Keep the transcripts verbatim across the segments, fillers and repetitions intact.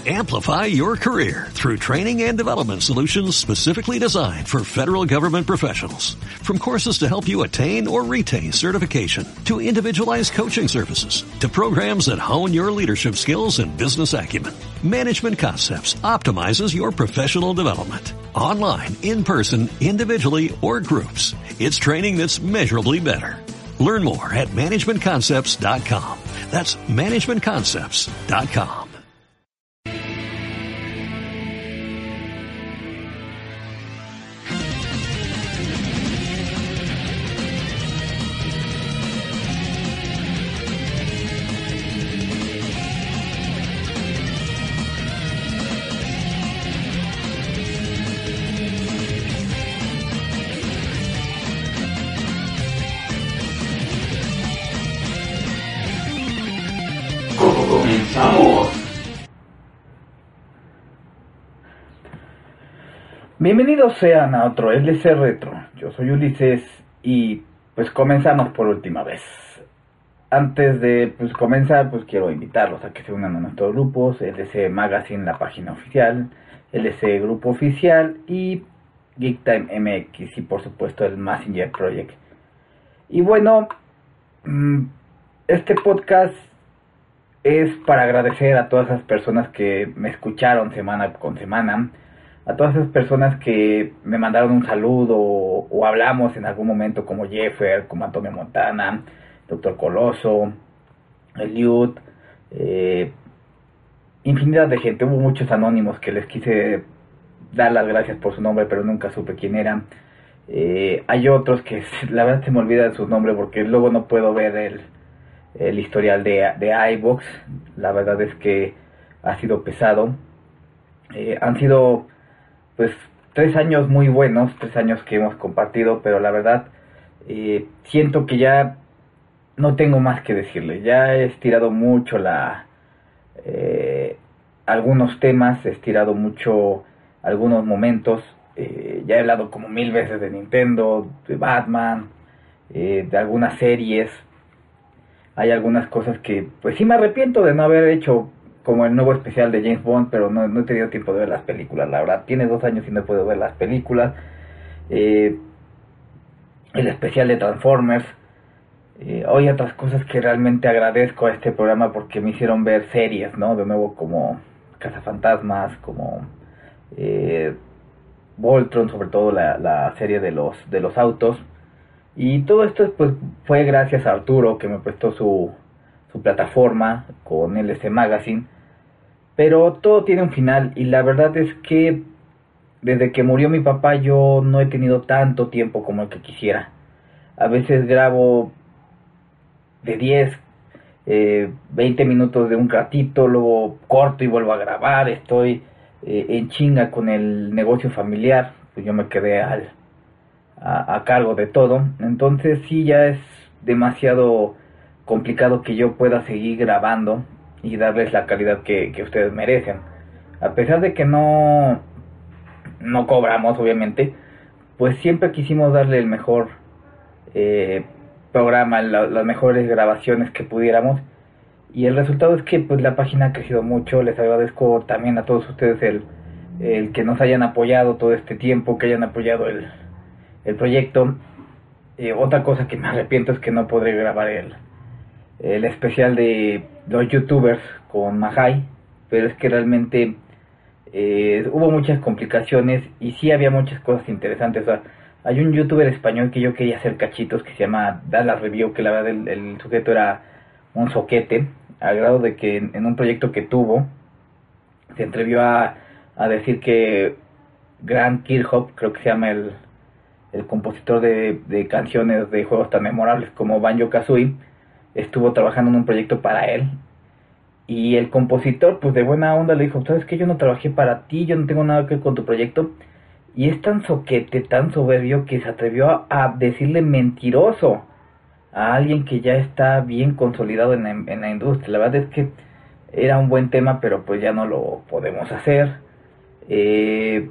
Amplify your career through training and development solutions specifically designed for federal government professionals. From courses to help you attain or retain certification, to individualized coaching services, to programs that hone your leadership skills and business acumen, Management Concepts optimizes your professional development. Online, in person, individually, or groups, it's training that's measurably better. Learn more at management concepts dot com. That's management concepts dot com. Bienvenidos sean a otro L C Retro. Yo soy Ulises y pues comenzamos por última vez. Antes de pues comenzar, pues quiero invitarlos a que se unan a nuestros grupos: L C Magazine, la página oficial, L C Grupo Oficial y Geek Time M X, y por supuesto el Messenger Project. Y bueno, este podcast es para agradecer a todas esas personas que me escucharon semana con semana, a todas esas personas que me mandaron un saludo o, o hablamos en algún momento, como Jeffer, como Antonio Montana, Doctor Coloso, Eliud, eh, infinidad de gente. Hubo muchos anónimos que les quise dar las gracias por su nombre, pero nunca supe quién eran. Eh, hay otros que la verdad se me olvida de sus nombres porque luego no puedo ver el, el historial de, de iVoox. La verdad es que ha sido pesado. Eh, han sido pues tres años muy buenos, tres años que hemos compartido, pero la verdad eh, siento que ya no tengo más que decirles. Ya he estirado mucho la eh, algunos temas, he estirado mucho algunos momentos. Eh, ya he hablado como mil veces de Nintendo, de Batman, eh, de algunas series. Hay algunas cosas que pues sí me arrepiento de no haber hecho, como el nuevo especial de James Bond, pero no, no he tenido tiempo de ver las películas. La verdad, tiene dos años y no puedo ver las películas. Eh, el especial de Transformers. Eh, hay otras cosas que realmente agradezco a este programa porque me hicieron ver series, ¿no? De nuevo, como Cazafantasmas, como eh, Voltron, sobre todo la, la serie de los, de los autos. Y todo esto pues fue gracias a Arturo, que me prestó su, su plataforma con L C Magazine. Pero todo tiene un final, y la verdad es que desde que murió mi papá yo no he tenido tanto tiempo como el que quisiera. A veces grabo de diez, eh, veinte minutos de un ratito, luego corto y vuelvo a grabar. Estoy eh, en chinga con el negocio familiar, pues yo me quedé al, a, a cargo de todo. Entonces sí, ya es demasiado complicado que yo pueda seguir grabando y darles la calidad que, que ustedes merecen. A pesar de que no, no cobramos, obviamente, pues siempre quisimos darle el mejor eh, programa, la, las mejores grabaciones que pudiéramos. Y el resultado es que pues la página ha crecido mucho. Les agradezco también a todos ustedes el, el que nos hayan apoyado todo este tiempo, que hayan apoyado el, el proyecto. Eh, otra cosa que me arrepiento es que no podré grabar el el especial de los youtubers con Mahai, pero es que realmente eh, hubo muchas complicaciones y sí había muchas cosas interesantes. O sea, hay un youtuber español que yo quería hacer cachitos que se llama Dallas Review, que la verdad el, el sujeto era un soquete, al grado de que en, en un proyecto que tuvo se atrevió a, a decir que Grant Kirchhoff, creo que se llama el, el compositor de, de canciones de juegos tan memorables como Banjo-Kazooie, estuvo trabajando en un proyecto para él. Y el compositor, pues de buena onda, le dijo: ¿sabes qué? Yo no trabajé para ti, yo no tengo nada que ver con tu proyecto. Y es tan soquete, tan soberbio, que se atrevió a, a decirle mentiroso a alguien que ya está bien consolidado en la, en la industria. La verdad es que era un buen tema, pero pues ya no lo podemos hacer. Eh,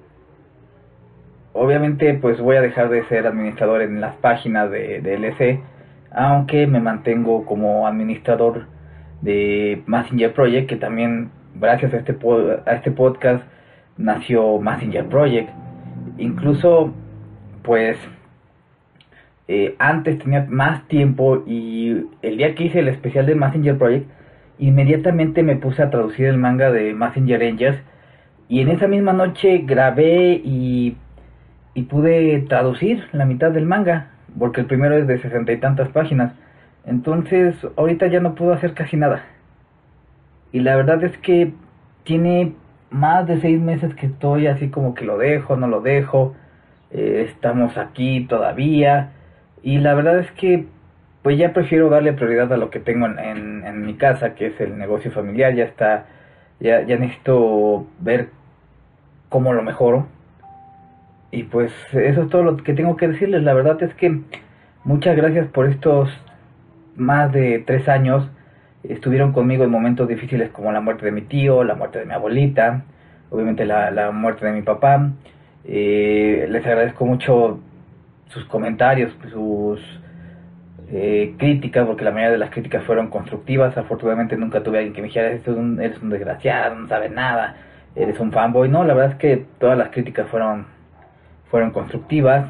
obviamente pues voy a dejar de ser administrador en las páginas de, de L C, aunque me mantengo como administrador de Messenger Project, que también gracias a este, pod- a este podcast nació Messenger Project. Incluso, pues, eh, antes tenía más tiempo y el día que hice el especial de Messenger Project, inmediatamente me puse a traducir el manga de Messenger Angels y en esa misma noche grabé y, y pude traducir la mitad del manga, porque el primero es de sesenta y tantas páginas. Entonces, ahorita ya no puedo hacer casi nada. Y la verdad es que tiene más de seis meses que estoy así como que lo dejo, no lo dejo. Eh, estamos aquí todavía. Y la verdad es que pues ya prefiero darle prioridad a lo que tengo en, en, en mi casa, que es el negocio familiar. Ya está, ya, ya necesito ver cómo lo mejoro. Y pues eso es todo lo que tengo que decirles. La verdad es que muchas gracias por estos más de tres años. Estuvieron conmigo en momentos difíciles como la muerte de mi tío, la muerte de mi abuelita, obviamente la, la muerte de mi papá. Eh, les agradezco mucho sus comentarios, sus eh, críticas, porque la mayoría de las críticas fueron constructivas. Afortunadamente nunca tuve a alguien que me dijera, eres un, eres un desgraciado, no sabes nada, eres un fanboy. No, la verdad es que todas las críticas fueron, fueron constructivas.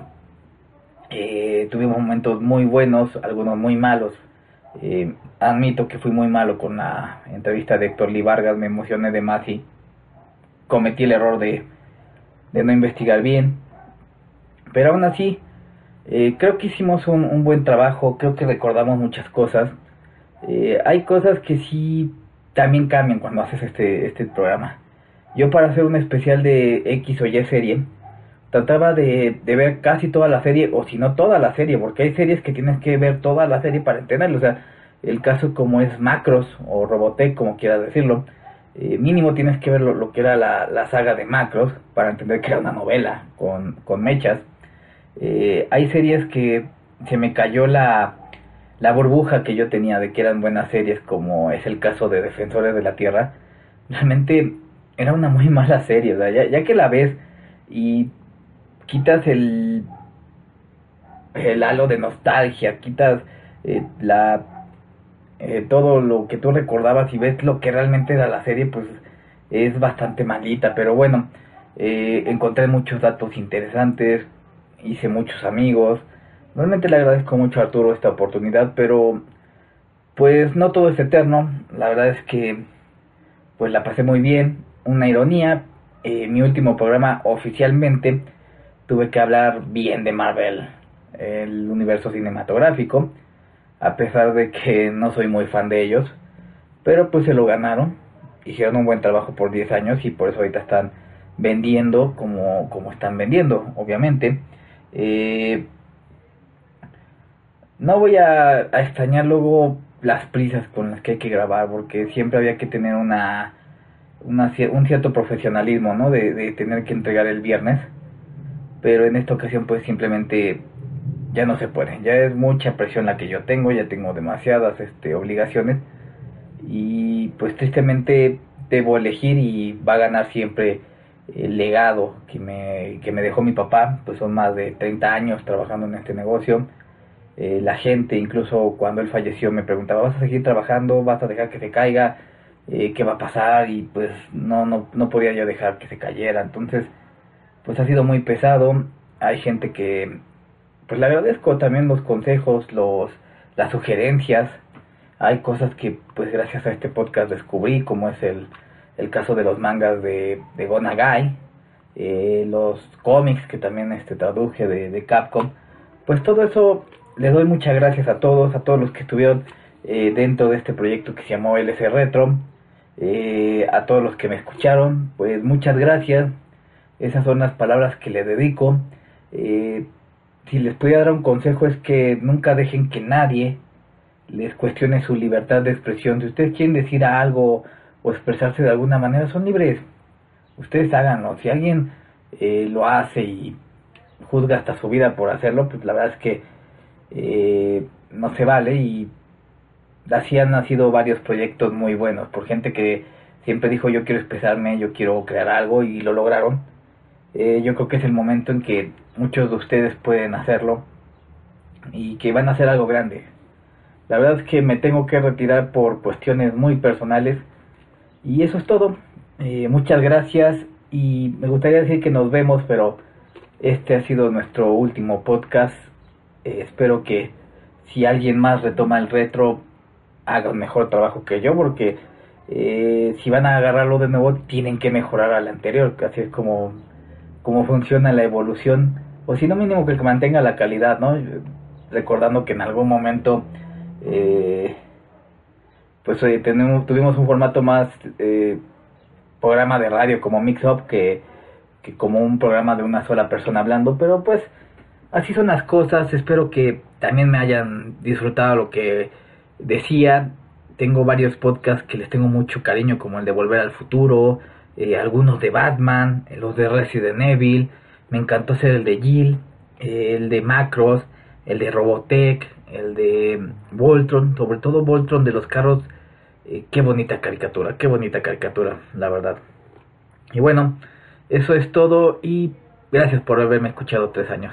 Eh, tuvimos momentos muy buenos, algunos muy malos. Eh, admito que fui muy malo con la entrevista de Héctor Lee Vargas, me emocioné de más y cometí el error de, de no investigar bien, pero aún así eh, creo que hicimos un, un buen trabajo, creo que recordamos muchas cosas. Eh, hay cosas que sí también cambian cuando haces este, este programa. Yo, para hacer un especial de X o Y serie, trataba de, de ver casi toda la serie, o si no toda la serie, porque hay series que tienes que ver toda la serie para entenderlo. O sea, el caso como es Macross o Robotech, como quieras decirlo, eh, mínimo tienes que ver lo, lo que era la, la saga de Macross para entender que era una novela con, con mechas. Eh, hay series que se me cayó la, la burbuja que yo tenía de que eran buenas series, como es el caso de Defensores de la Tierra. Realmente era una muy mala serie. O sea, ya, ya que la ves y quitas el, el halo de nostalgia, quitas eh, la eh, todo lo que tú recordabas y ves lo que realmente era la serie, pues es bastante malita. Pero bueno, eh, encontré muchos datos interesantes, hice muchos amigos. Realmente le agradezco mucho a Arturo esta oportunidad, pero pues no todo es eterno. La verdad es que pues la pasé muy bien. Una ironía, eh, mi último programa oficialmente tuve que hablar bien de Marvel, el universo cinematográfico, a pesar de que no soy muy fan de ellos, pero pues se lo ganaron, hicieron un buen trabajo por diez años y por eso ahorita están vendiendo como, como están vendiendo, obviamente. Eh, no voy a, a extrañar luego las prisas con las que hay que grabar, porque siempre había que tener una, una un cierto profesionalismo, ¿no? De, de tener que entregar el viernes. Pero en esta ocasión pues simplemente ya no se puede, ya es mucha presión la que yo tengo, ya tengo demasiadas este, obligaciones y pues tristemente debo elegir y va a ganar siempre el legado que me, que me dejó mi papá. Pues son más de treinta años trabajando en este negocio. Eh, la gente, incluso cuando él falleció, me preguntaba, ¿vas a seguir trabajando? ¿Vas a dejar que se caiga? Eh, ¿qué va a pasar? Y pues no, no, no podía yo dejar que se cayera. Entonces pues ha sido muy pesado. Hay gente que pues le agradezco también los consejos, los las sugerencias. Hay cosas que pues gracias a este podcast descubrí, como es el, el caso de los mangas de, de Go Nagai, eh, los cómics que también este traduje de, de Capcom. Pues todo eso, les doy muchas gracias a todos, a todos los que estuvieron eh, dentro de este proyecto que se llamó L C Retro, eh, a todos los que me escucharon, pues muchas gracias. Esas son las palabras que le dedico. Eh, si les pudiera dar un consejo es que nunca dejen que nadie les cuestione su libertad de expresión. Si ustedes quieren decir algo o expresarse de alguna manera, son libres. Ustedes háganlo. Si alguien eh, lo hace y juzga hasta su vida por hacerlo, pues la verdad es que eh, no se vale. Y así han nacido varios proyectos muy buenos por gente que siempre dijo, yo quiero expresarme, yo quiero crear algo, y lo lograron. Eh, yo creo que es el momento en que muchos de ustedes pueden hacerlo y que van a hacer algo grande. La verdad es que me tengo que retirar por cuestiones muy personales Y eso es todo. Eh, muchas gracias y me gustaría decir que nos vemos, pero este ha sido nuestro último podcast. Eh, espero que si alguien más retoma el retro haga un mejor trabajo que yo, porque eh, si van a agarrarlo de nuevo tienen que mejorar al anterior, que así es como, como funciona la evolución, o si no mínimo que mantenga la calidad, ¿no? Recordando que en algún momento eh, pues eh, tenemos, tuvimos un formato más eh, programa de radio como Mix Up que, que como un programa de una sola persona hablando, pero pues así son las cosas. Espero que también me hayan disfrutado lo que decía. Tengo varios podcasts que les tengo mucho cariño, como el de Volver al Futuro, eh, algunos de Batman, eh, los de Resident Evil. Me encantó hacer el de Jill, eh, el de Macros, el de Robotech, el de Voltron, sobre todo Voltron de los carros. Eh, qué bonita caricatura, qué bonita caricatura, la verdad. Y bueno, eso es todo y gracias por haberme escuchado tres años.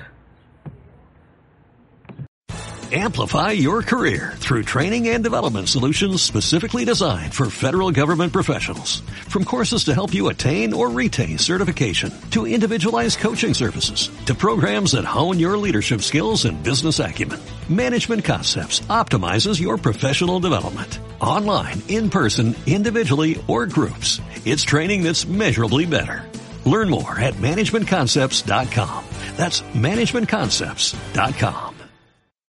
Amplify your career through training and development solutions specifically designed for federal government professionals. From courses to help you attain or retain certification, to individualized coaching services, to programs that hone your leadership skills and business acumen, Management Concepts optimizes your professional development. Online, in person, individually, or groups, it's training that's measurably better. Learn more at management concepts dot com. That's management concepts dot com.